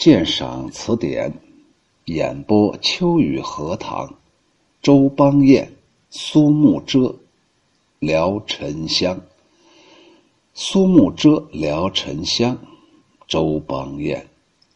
鉴赏词典，演播秋雨荷塘，周邦彦、苏幕遮，聊沉香。苏幕遮聊沉香，周邦彦。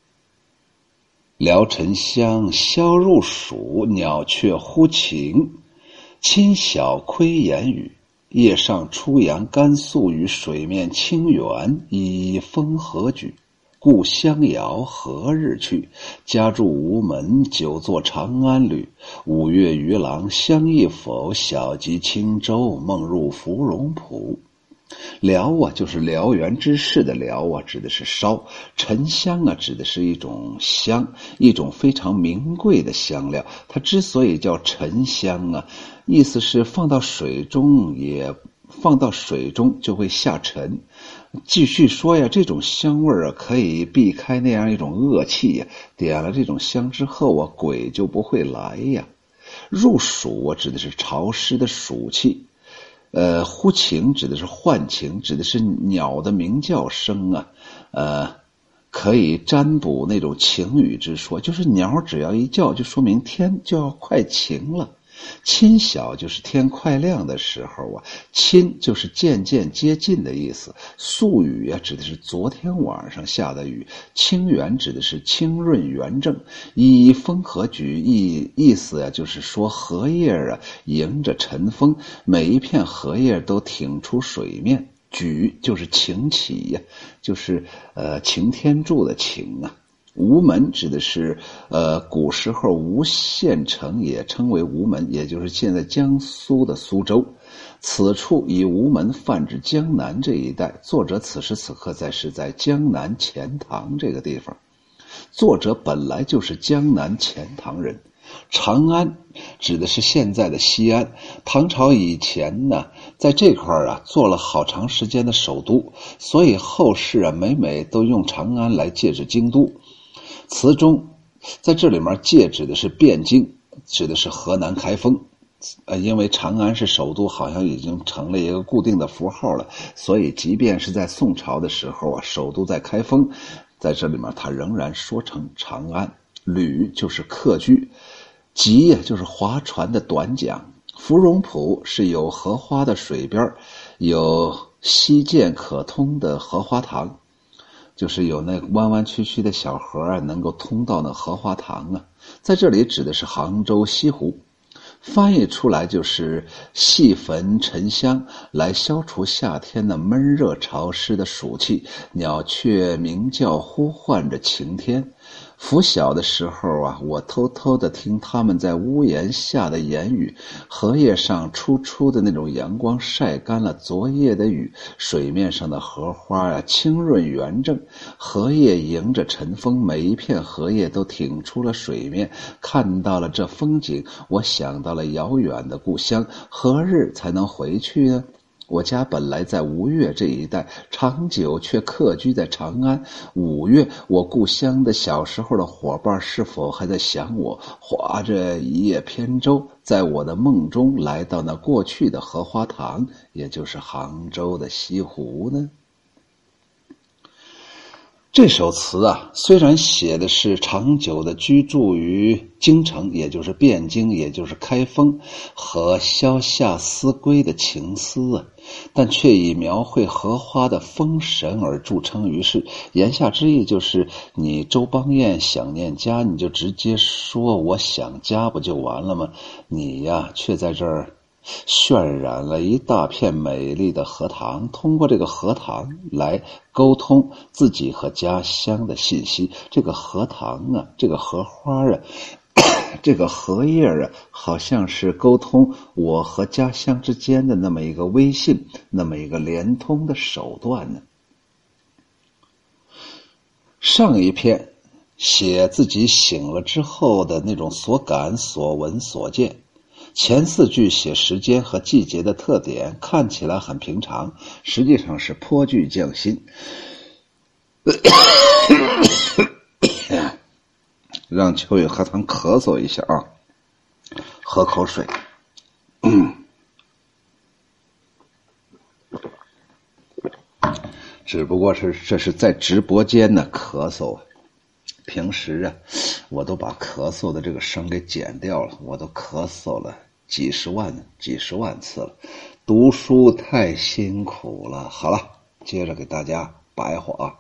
聊沉香消入暑，鸟雀忽晴。亲晓窥檐雨，叶上初阳甘肃与水面清远，以风何举？故乡遥何日去？家住吴门，久作长安旅。五月渔郎相忆否？小楫轻舟，梦入芙蓉浦。辽啊，就是辽源之势的辽啊，指的是烧；沉香啊，指的是一种香，一种非常名贵的香料。它之所以叫沉香啊，意思是放到水中就会下沉。继续说呀，这种香味啊，可以避开那样一种恶气呀。点了这种香之后啊，鬼就不会来呀。入暑啊，指的是潮湿的暑气。忽晴指的是唤晴，指的是鸟的鸣叫声啊。可以占卜那种晴雨之说，就是鸟只要一叫，就说明天就要快晴了。亲晓就是天快亮的时候啊，亲就是渐渐接近的意思。宿雨啊，指的是昨天晚上下的雨。清圆指的是清润圆正。以风何举，意思啊，就是说荷叶啊迎着晨风，每一片荷叶都挺出水面。举就是擎起呀，就是擎天柱的擎啊。吴门指的是古时候吴县城也称为吴门，也就是现在江苏的苏州。此处以吴门泛指江南这一带。作者此时此刻是在江南钱塘这个地方。作者本来就是江南钱塘人。长安指的是现在的西安。唐朝以前呢，在这块啊做了好长时间的首都，所以后世啊每都用长安来借指京都。词中在这里面借指的是汴京，指的是河南开封。因为长安是首都，好像已经成了一个固定的符号了，所以即便是在宋朝的时候啊，首都在开封，在这里面它仍然说成长安。旅就是客居，楫就是划船的短桨。芙蓉浦是有荷花的水边，有溪涧可通的荷花塘，就是有那弯弯曲曲的小河啊，能够通到那荷花塘啊。在这里指的是杭州西湖。翻译出来就是细焚沉香，来消除夏天的闷热潮湿的暑气。鸟雀鸣叫呼唤着晴天。拂晓的时候啊，我偷偷地听他们在屋檐下的言语。荷叶上初出的那种阳光晒干了昨夜的雨，水面上的荷花啊清润圆正，荷叶迎着晨风，每一片荷叶都挺出了水面。看到了这风景，我想到了遥远的故乡，何日才能回去呢？我家本来在吴越这一带，长久却客居在长安。5月，我故乡的小时候的伙伴是否还在想我？划着一叶扁舟，在我的梦中来到那过去的荷花塘，也就是杭州的西湖呢？这首词啊，虽然写的是长久的居住于京城，也就是汴京，也就是开封，和萧夏思归的情思啊，但却以描绘荷花的风神而著称于世。言下之意就是，你周邦彦想念家，你就直接说我想家不就完了吗？你呀，却在这儿渲染了一大片美丽的荷塘，通过这个荷塘来沟通自己和家乡的信息。这个荷塘啊，这个荷花啊，这个荷叶啊，好像是沟通我和家乡之间的那么一个微信，那么一个连通的手段呢。上一篇写自己醒了之后的那种所感所闻所见，前4句写时间和季节的特点，看起来很平常，实际上是颇具匠心。让秋雨荷塘咳嗽一下啊，喝口水。只不过这是在直播间呢咳嗽， 平时啊，我都把咳嗽的这个声给剪掉了，我都咳嗽了几十万次了。读书太辛苦了。好了，接着给大家白话。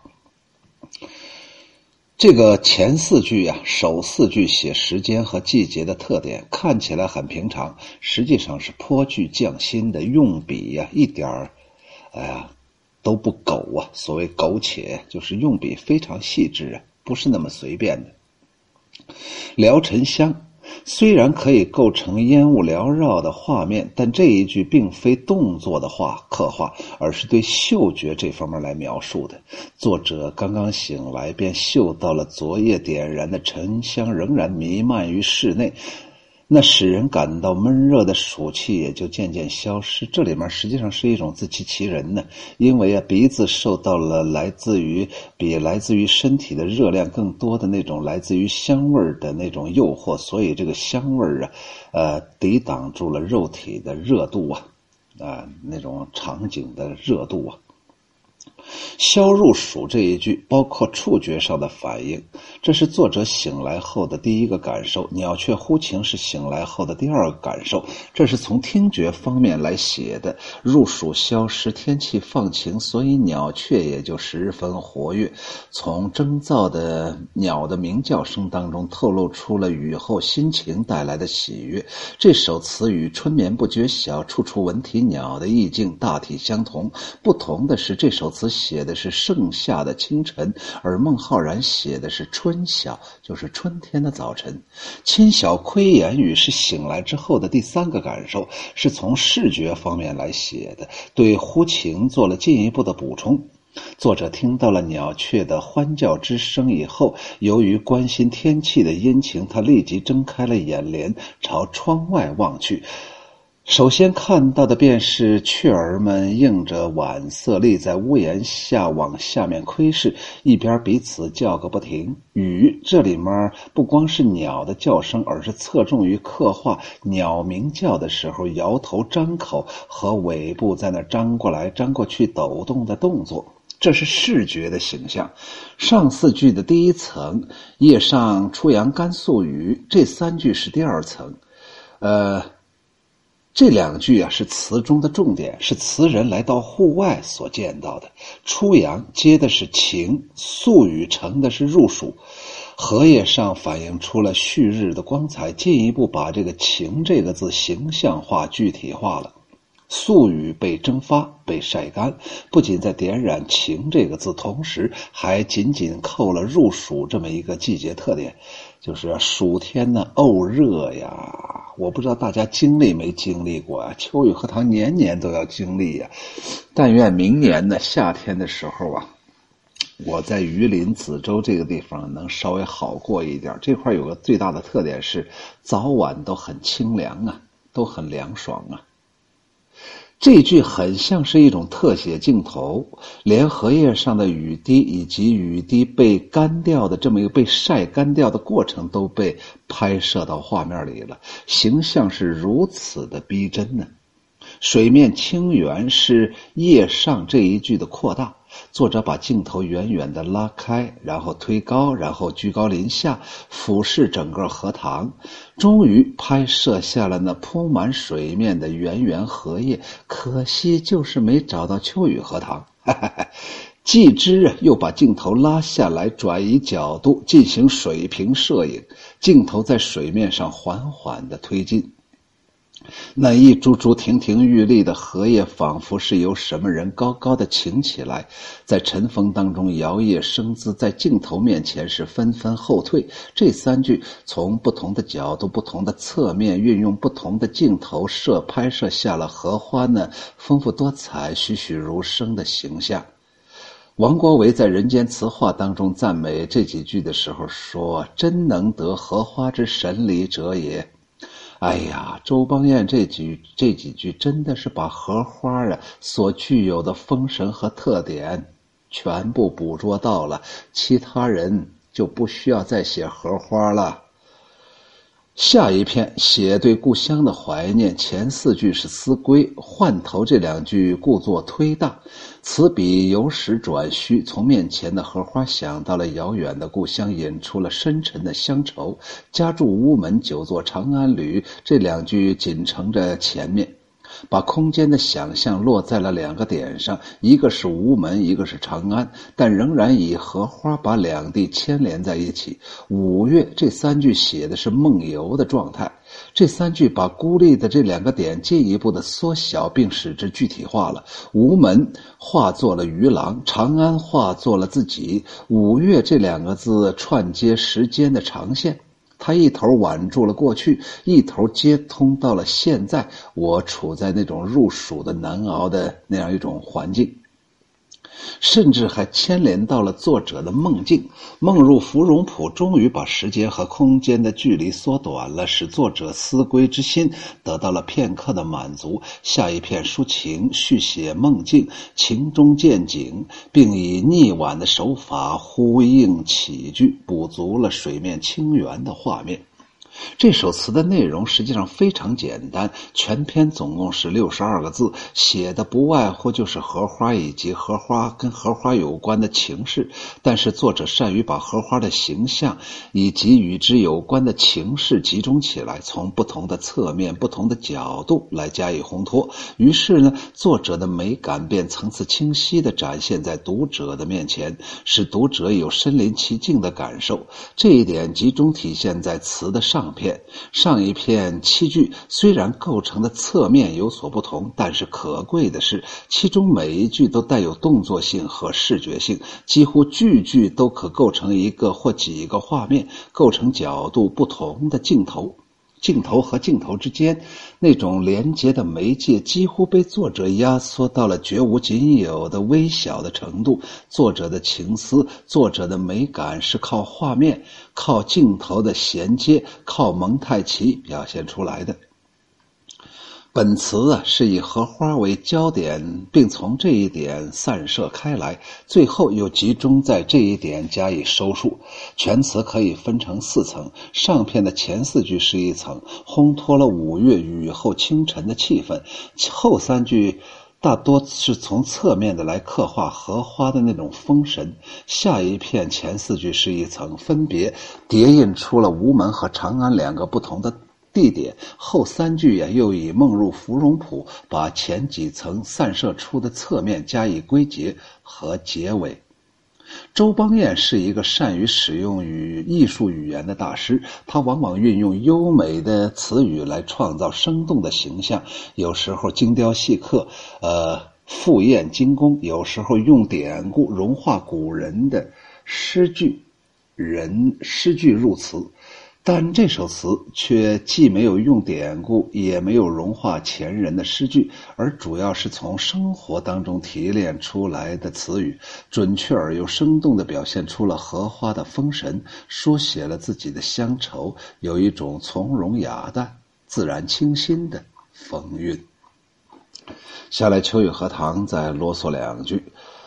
这个前4句啊，首4句写时间和季节的特点，看起来很平常，实际上是颇具匠心的，用笔啊一点儿都不苟啊。所谓苟且，就是用笔非常细致啊，不是那么随便的。聊沉香虽然可以构成烟雾缭绕的画面，但这一句并非动作的刻画，而是对嗅觉这方面来描述的。作者刚刚醒来，便嗅到了昨夜点燃的沉香仍然弥漫于室内，那使人感到闷热的暑气也就渐渐消失。这里面实际上是一种自欺欺人呢，因为鼻子受到了比来自于身体的热量更多的那种来自于香味的那种诱惑，所以这个香味抵挡住了肉体的热度那种场景的热度啊。消入暑这一句包括触觉上的反应，这是作者醒来后的第一个感受。鸟雀呼晴是醒来后的第二个感受，这是从听觉方面来写的。入暑消失，天气放晴，所以鸟雀也就十分活跃。从征噪的鸟的鸣叫声当中透露出了雨后心情带来的喜悦。这首词与春眠不觉晓，处处闻啼鸟的意境大体相同，不同的是这首词写的是盛夏的清晨，而孟浩然写的是春晓，就是春天的早晨。亲晓窥眼语是醒来之后的第3个感受，是从视觉方面来写的，对呼晴做了进一步的补充。作者听到了鸟雀的欢叫之声以后，由于关心天气的阴晴，他立即睁开了眼帘，朝窗外望去。首先看到的便是雀儿们映着晚色立在屋檐下往下面窥视，一边彼此叫个不停。雨这里面不光是鸟的叫声，而是侧重于刻画鸟鸣叫的时候摇头张口和尾部在那张过来张过去抖动的动作，这是视觉的形象。上4句的第1层，夜上初阳甘肃雨，这3句是第2层。这2句是词中的重点，是词人来到户外所见到的。初阳接的是晴，肃雨成的是入暑。荷叶上反映出了旭日的光彩，进一步把这个晴这个字形象化具体化了。肃雨被蒸发被晒干，不仅在点染晴这个字，同时还紧紧扣了入暑这么一个季节特点，就是暑天呢沤热呀。我不知道大家经历没经历过啊，秋雨荷塘年年都要经历呀。但愿明年呢夏天的时候啊，我在榆林梓州这个地方能稍微好过一点。这块有个最大的特点是早晚都很清凉啊，都很凉爽啊。这句很像是一种特写镜头，连荷叶上的雨滴以及雨滴被干掉的这么一个被晒干掉的过程都被拍摄到画面里了，形象是如此的逼真呢。水面清圆是叶上这一句的扩大，作者把镜头远远地拉开，然后推高，然后居高临下俯视整个荷塘，终于拍摄下了那铺满水面的圆圆荷叶。可惜就是没找到秋雨荷塘。继之又把镜头拉下来，转移角度进行水平摄影，镜头在水面上缓缓地推进，那一株株亭亭玉立的荷叶仿佛是由什么人高高的擎起来，在晨风当中摇曳生姿，在镜头面前是纷纷后退。这3句从不同的角度不同的侧面运用不同的镜头拍摄下了荷花呢丰富多彩栩栩如生的形象。王国维在《人间词话》当中赞美这几句的时候说，真能得荷花之神离者也。哎呀，周邦彦这几句真的是把荷花所具有的风神和特点全部捕捉到了，其他人就不需要再写荷花了。 下一篇写对故乡的怀念，前4句是思归，换头这2句故作推大，此笔由实转虚，从面前的荷花想到了遥远的故乡，引出了深沉的乡愁。家住屋门，久坐长安旅，这2句紧承着前面，把空间的想象落在了2个点上，一个是吴门，一个是长安，但仍然以荷花把两地牵连在一起。5月这3句写的是梦游的状态，这3句把孤立的这2个点进一步的缩小并使之具体化了。吴门化作了鱼郎，长安化作了自己。5月这2个字串接时间的长线，它一头挽住了过去，一头接通到了现在，我处在那种入蜀的难熬的那样一种环境，甚至还牵连到了作者的梦境。梦入芙蓉浦终于把时间和空间的距离缩短了，使作者思归之心得到了片刻的满足。下一片抒情，续写梦境，情中见景，并以逆婉的手法呼应起句，补足了水面清源的画面。这首词的内容实际上非常简单，全篇总共是62个字，写的不外乎就是荷花以及荷花跟荷花有关的情事，但是作者善于把荷花的形象以及与之有关的情事集中起来，从不同的侧面、不同的角度来加以烘托。于是呢，作者的美感便层次清晰地展现在读者的面前，使读者有身临其境的感受。这一点集中体现在词的上片。上一片7句虽然构成的侧面有所不同，但是可贵的是其中每一句都带有动作性和视觉性，几乎句句都可构成一个或几个画面，构成角度不同的镜头。镜头和镜头之间那种连接的媒介几乎被作者压缩到了绝无仅有的微小的程度。作者的情思，作者的美感是靠画面、靠镜头的衔接、靠蒙太奇表现出来的。本词是以荷花为焦点，并从这一点散射开来，最后又集中在这一点加以收束。全词可以分成4层，上片的前4句是一层，烘托了5月雨后清晨的气氛，后3句大多是从侧面的来刻画荷花的那种风神。下一片前4句是一层，分别叠印出了吴门和长安2个不同的地点，后3句又以梦入芙蓉浦把前几层散射出的侧面加以归结和结尾。周邦彦是一个善于使用艺术语言的大师，他往往运用优美的词语来创造生动的形象，有时候精雕细刻，复验精工，有时候用典故融化古人的诗句入词。但这首词却既没有用典故，也没有融化前人的诗句，而主要是从生活当中提炼出来的词语，准确而又生动地表现出了荷花的风神，书写了自己的乡愁，有一种从容雅淡、自然清新的风韵。下来秋雨荷塘再啰嗦2句。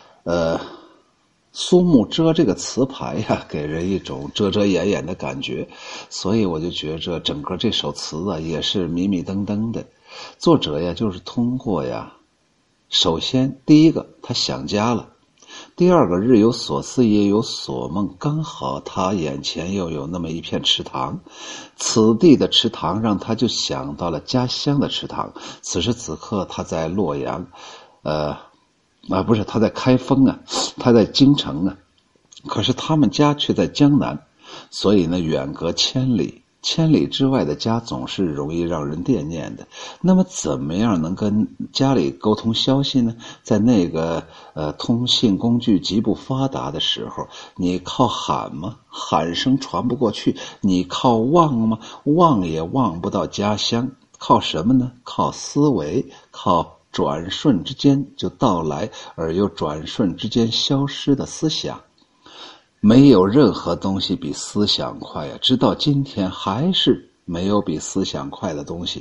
苏幕遮这个词牌呀，给人一种遮遮掩掩的感觉，所以我就觉着整个这首词也是迷迷瞪瞪的。作者呀，就是通过首先第一个他想家了，第二个日有所思夜有所梦，刚好他眼前又有那么一片池塘，此地的池塘让他就想到了家乡的池塘。此时此刻他在洛阳，不是，他在开封他在京城可是他们家却在江南，所以呢，远隔千里，千里之外的家总是容易让人惦念的。那么怎么样能跟家里沟通消息呢？在那个通信工具极不发达的时候，你靠喊吗？喊声传不过去。你靠望吗？望也望不到家乡。靠什么呢？靠思维，靠转瞬之间就到来，而又转瞬之间消失的思想。没有任何东西比思想快直到今天还是没有比思想快的东西。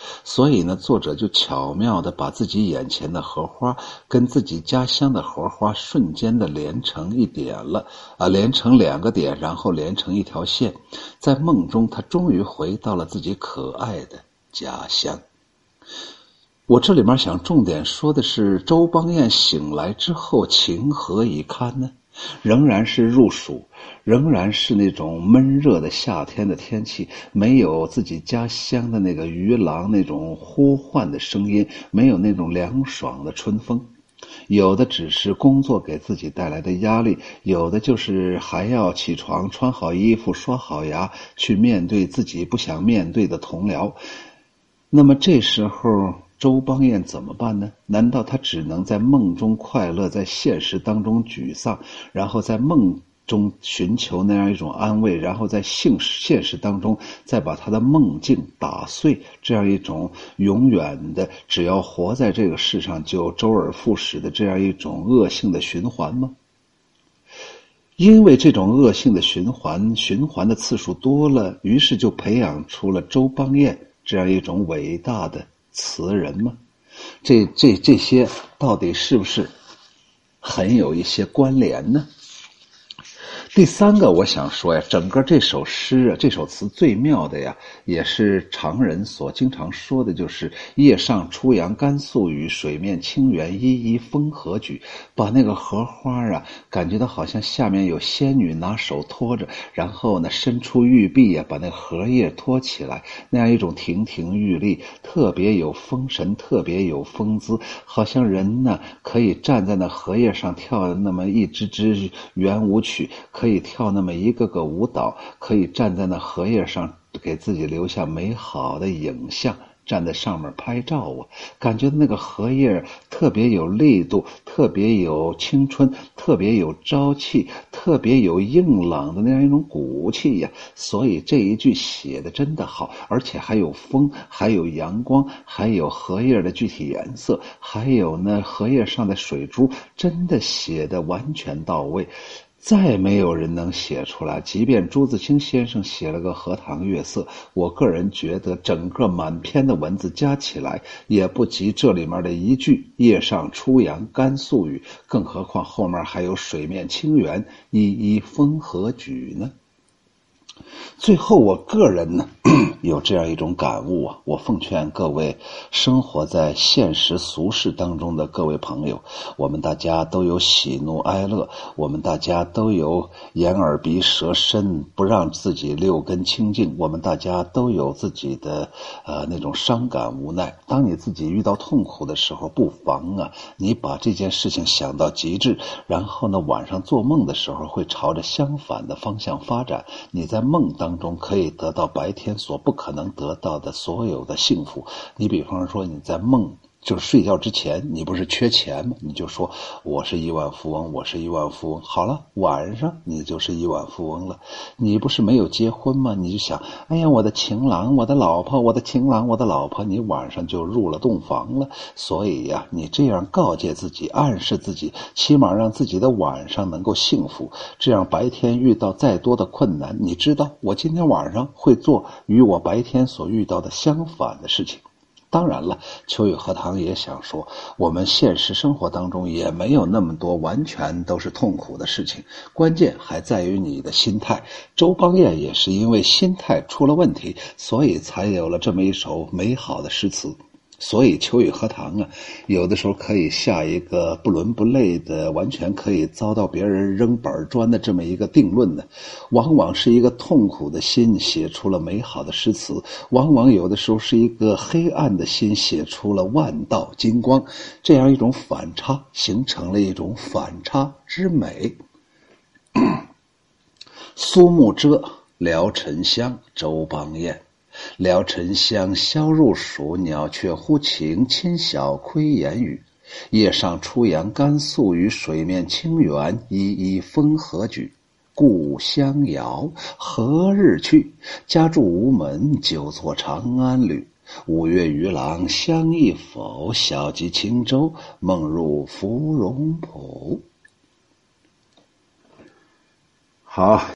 所以呢，作者就巧妙地把自己眼前的荷花跟自己家乡的荷花瞬间的连成一点了连成2个点，然后连成一条线。在梦中，他终于回到了自己可爱的家乡。我这里面想重点说的是，周邦彦醒来之后情何以堪呢？仍然是入暑，仍然是那种闷热的夏天的天气，没有自己家乡的那个渔郎那种呼唤的声音，没有那种凉爽的春风。有的只是工作给自己带来的压力，有的就是还要起床穿好衣服刷好牙去面对自己不想面对的同僚。那么这时候周邦彦怎么办呢？难道他只能在梦中快乐，在现实当中沮丧，然后在梦中寻求那样一种安慰，然后在现实当中再把他的梦境打碎，这样一种永远的只要活在这个世上就周而复始的这样一种恶性的循环吗？因为这种恶性的循环的次数多了，于是就培养出了周邦彦这样一种伟大的词人吗？这些到底是不是很有一些关联呢？第3个我想说呀，整个这首诗这首词最妙的呀，也是常人所经常说的，就是叶上初阳甘肃雨，水面清源依依风和举。把那个荷花感觉到好像下面有仙女拿手托着，然后呢伸出玉臂把那荷叶托起来，那样一种亭亭玉立，特别有风神，特别有风姿，好像人可以站在那荷叶上跳那么一支支圆舞曲，可以跳那么一个个舞蹈，可以站在那荷叶上给自己留下美好的影像，站在上面拍照感觉那个荷叶特别有力度，特别有青春，特别有朝气，特别有硬朗的那样一种骨气呀。所以这一句写的真的好，而且还有风，还有阳光，还有荷叶的具体颜色，还有荷叶上的水珠，真的写的完全到位。再没有人能写出来，即便朱自清先生写了个荷塘月色，我个人觉得整个满篇的文字加起来也不及这里面的一句叶上初阳甘肃雨，更何况后面还有水面清源依依风和举呢。最后我个人有这样一种感悟我奉劝各位生活在现实俗世当中的各位朋友，我们大家都有喜怒哀乐，我们大家都有眼耳鼻舌身不让自己六根清净，我们大家都有自己的那种伤感无奈。当你自己遇到痛苦的时候，不妨你把这件事情想到极致，然后晚上做梦的时候会朝着相反的方向发展，你在梦当中可以得到白天所不可能得到的所有的幸福。你比方说你在梦就是睡觉之前，你不是缺钱吗？你就说我是亿万富翁，我是亿万富翁。好了，晚上你就是亿万富翁了。你不是没有结婚吗？你就想，哎呀，我的情郎，我的老婆，我的情郎，我的老婆，你晚上就入了洞房了。所以你这样告诫自己，暗示自己，起码让自己的晚上能够幸福。这样白天遇到再多的困难，你知道我今天晚上会做与我白天所遇到的相反的事情。当然了，秋雨荷塘也想说，我们现实生活当中也没有那么多完全都是痛苦的事情，关键还在于你的心态。周邦彦也是因为心态出了问题，所以才有了这么一首美好的诗词。所以秋雨荷塘有的时候可以下一个不伦不类的，完全可以遭到别人扔板砖的这么一个定论呢。往往是一个痛苦的心写出了美好的诗词，往往有的时候是一个黑暗的心写出了万道金光，这样一种反差形成了一种反差之美。苏幕遮，聊沉香，周邦彦。聊沉香，萧入暑，鸟雀呼晴，侵晓窥檐雨。叶上初阳甘肃雨，水面清源依依风和举。故乡遥，何日去？家住吴门，久作长安旅。五岳渔郎相忆否？小楫轻舟，梦入芙蓉浦。好。